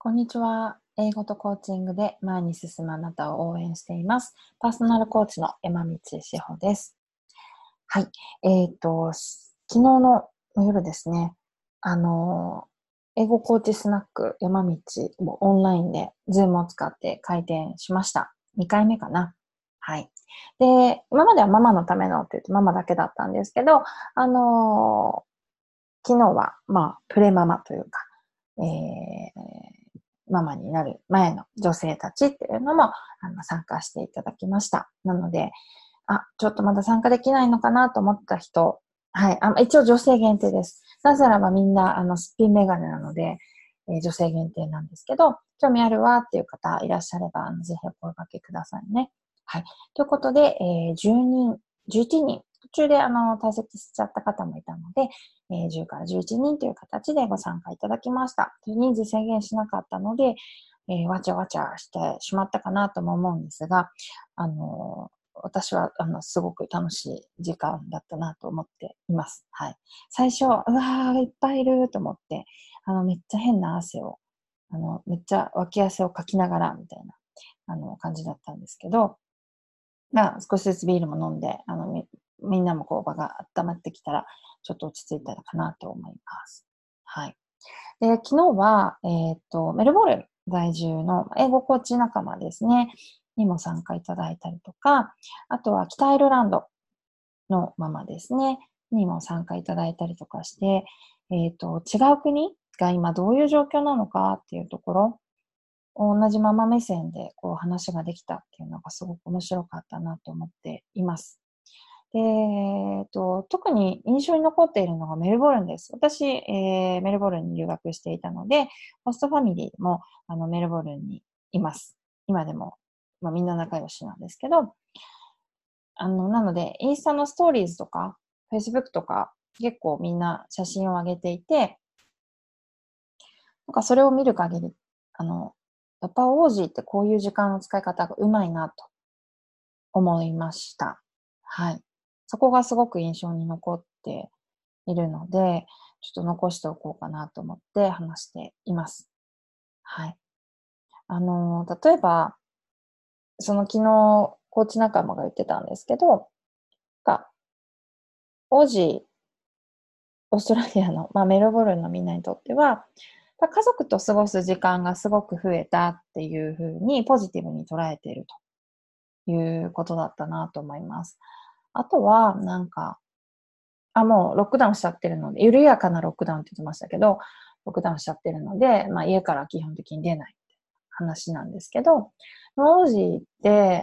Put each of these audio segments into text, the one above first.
こんにちは。英語とコーチングで前に進むあなたを応援しています。パーソナルコーチの山道志保です。はい。昨日の夜ですね、英語コーチスナック山道をオンラインで Zoom を使って開店しました。2回目かな。はい。で、今まではママのためのって言うとママだけだったんですけど、昨日は、プレママというか、ママになる前の女性たちっていうのも参加していただきました。なので、ちょっとまだ参加できないのかなと思った人、はい、一応女性限定です。なぜならばみんな、すっぴんメガネなので、女性限定なんですけど、興味あるわっていう方いらっしゃれば、ぜひお声掛けくださいね。はい。ということで、10人、11人、途中で退席しちゃった方もいたので、10から11人という形でご参加いただきました。人数制限しなかったので、わちゃわちゃしてしまったかなとも思うんですが、私は、すごく楽しい時間だったなと思っています。はい。最初、うわー、いっぱいいると思って、めっちゃ変な汗を、めっちゃ脇汗をかきながら、みたいな、感じだったんですけど、少しずつビールも飲んで、みんなもこう場が温まってきたら、ちょっと落ち着いたかなと思います。はい。で、昨日は、メルボルン在住の英語コーチ仲間ですね、にも参加いただいたりとか、あとは北アイルランドのママですね、にも参加いただいたりとかして、違う国が今どういう状況なのかっていうところ、同じママ目線でこう話ができたっていうのがすごく面白かったなと思っています。で、特に印象に残っているのがメルボルンです。私、メルボルンに留学していたので、ホストファミリーもメルボルンにいます。今でも、みんな仲良しなんですけど、なので、インスタのストーリーズとか、Facebook とか、結構みんな写真を上げていて、なんかそれを見る限り、やっぱオージーってこういう時間の使い方がうまいなと思いました。はい。そこがすごく印象に残っているので、ちょっと残しておこうかなと思って話しています。はい。例えば、その昨日、コーチ仲間が言ってたんですけど、オージー、オーストラリアの、メルボルンのみんなにとっては、家族と過ごす時間がすごく増えたっていうふうにポジティブに捉えているということだったなと思います。あとは、もうロックダウンしちゃってるので、緩やかなロックダウンって言ってましたけど、ロックダウンしちゃってるので、家から基本的に出ないって話なんですけど、オージーって、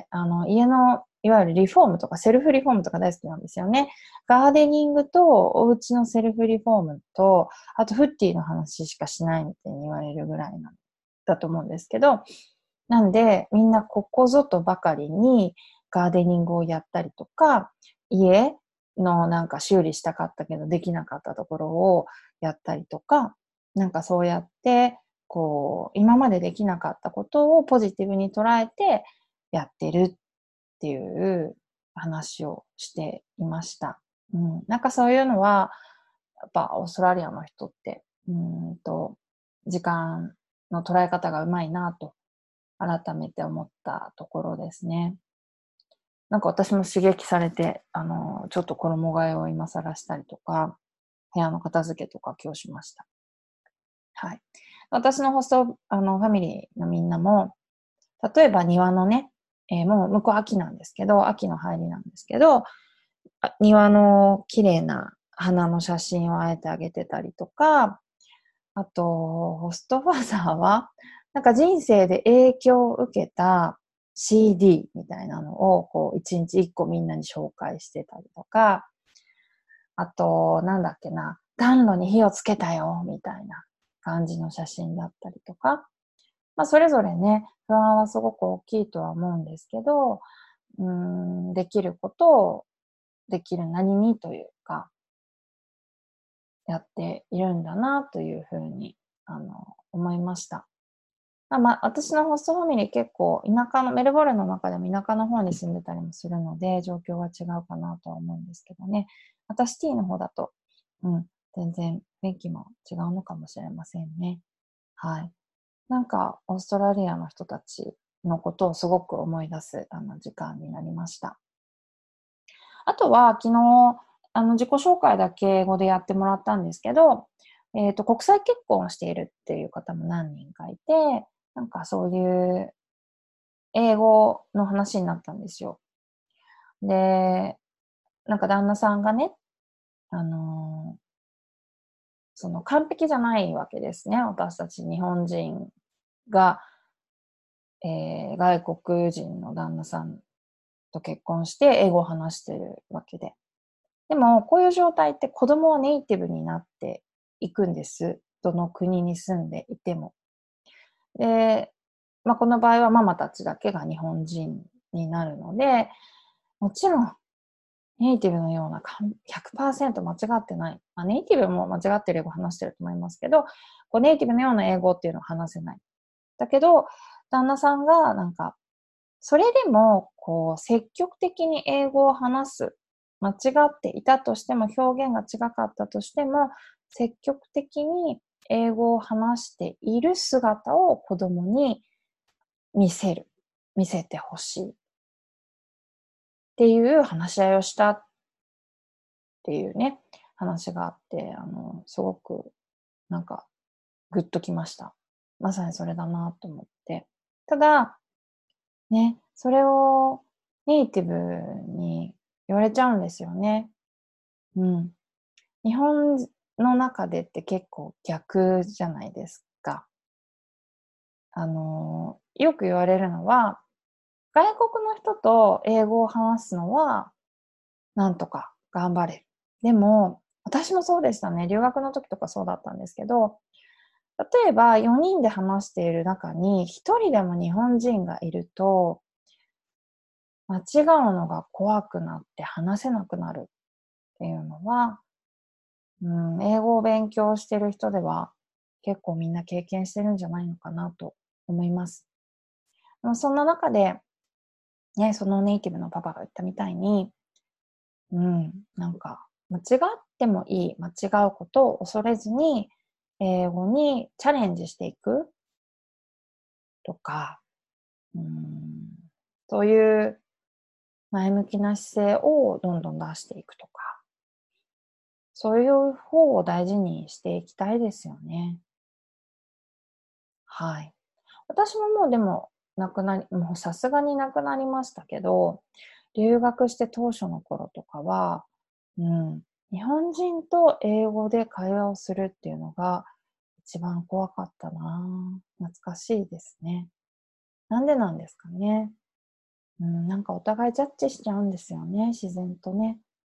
家の、いわゆるリフォームとかセルフリフォームとか大好きなんですよね。ガーデニングとお家のセルフリフォームと、あとフッティの話しかしないみたいに言われるぐらいだと思うんですけど、なんで、みんなここぞとばかりにガーデニングをやったりとか、家の修理したかったけどできなかったところをやったりとか、そうやって、今までできなかったことをポジティブに捉えてやってるっていう話をしていました。そういうのは、やっぱオーストラリアの人って、時間の捉え方がうまいなと改めて思ったところですね。私も刺激されて、ちょっと衣替えを今更したりとか、部屋の片付けとか今日しました。はい。私のホスト、ファミリーのみんなも、例えば庭のね、もう向こう秋なんですけど、秋の入りなんですけど、庭の綺麗な花の写真をあえてあげてたりとか、あと、ホストファーザーは、人生で影響を受けた CD みたいなのを、一日一個みんなに紹介してたりとか、あと、暖炉に火をつけたよ、みたいな感じの写真だったりとか、それぞれね、不安はすごく大きいとは思うんですけど、できることをできる何にというか、やっているんだなというふうに、思いました。私のホストファミリー結構田舎の、メルボルンの中でも田舎の方に住んでたりもするので、状況は違うかなとは思うんですけどね。シティの方だと、全然雰囲気も違うのかもしれませんね。はい。 なんかオーストラリアの人たちのことをすごく思い出す時間になりました。あとは昨日自己紹介だけ英語でやってもらったんですけど、国際結婚をしているっていう方も何人かいて、なんかそういう英語の話になったんですよ。で、なんか旦那さんがね、その完璧じゃないわけですね。私たち日本人が、外国人の旦那さんと結婚して英語を話してるわけで。でも、こういう状態って子供はネイティブになっていくんです。どの国に住んでいても。で、この場合はママたちだけが日本人になるので、もちろんネイティブのような100% 間違ってない。ネイティブも間違ってる英語を話してると思いますけど、こうネイティブのような英語っていうのを話せない。だけど、旦那さんがなんか、それでも、こう、積極的に英語を話す。間違っていたとしても、表現が違かったとしても、積極的に英語を話している姿を子供に見せてほしい。っていう話し合いをしたっていうね、話があって、すごく、なんか、グッときました。まさにそれだなと思って。ただ、ね、それをネイティブに言われちゃうんですよね。うん。日本の中でって結構逆じゃないですか。よく言われるのは、外国の人と英語を話すのは、なんとか頑張れる。でも、私もそうでしたね。留学の時とかそうだったんですけど、例えば4人で話している中に1人でも日本人がいると、間違うのが怖くなって話せなくなるっていうのは、英語を勉強してる人では結構みんな経験してるんじゃないのかなと思います。そんな中で、ね、そのネイティブのパパが言ったみたいに、なんか間違ってもいい、間違うことを恐れずに英語にチャレンジしていくとか、そういう前向きな姿勢をどんどん出していくとか、そういう方を大事にしていきたいですよね。はい。私ももうでも、もうさすがに亡くなりましたけど、留学して当初の頃とかは、うん、日本人と英語で会話をするっていうのが一番怖かったな。懐かしいですね。なんでなんですかね。なんかお互いジャッジしちゃうんですよね、自然とね。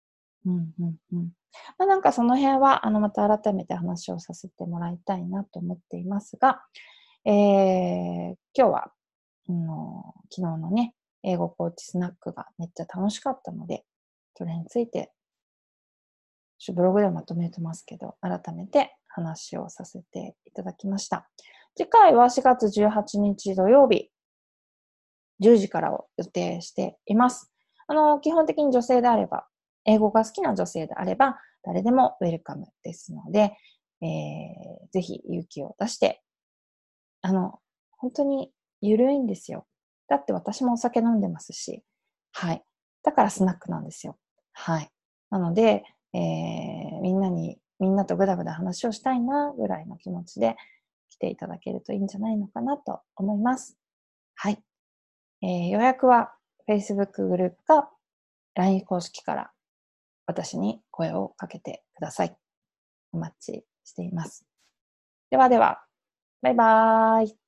なんかその辺は、また改めて話をさせてもらいたいなと思っていますが、今日は、昨日のね、英語コーチスナックがめっちゃ楽しかったので、それについて、ブログでまとめてますけど、改めて話をさせていただきました。次回は4月18日土曜日、10時からを予定しています。基本的に女性であれば、英語が好きな女性であれば、誰でもウェルカムですので、ぜひ勇気を出して、本当にゆるいんですよ。だって私もお酒飲んでますし、はい。だからスナックなんですよ。はい。なので、みんなとぐだぐだ話をしたいな、ぐらいの気持ちで来ていただけるといいんじゃないのかなと思います。はい。予約は Facebook グループか LINE 公式から私に声をかけてください。お待ちしています。ではでは、バイバーイ。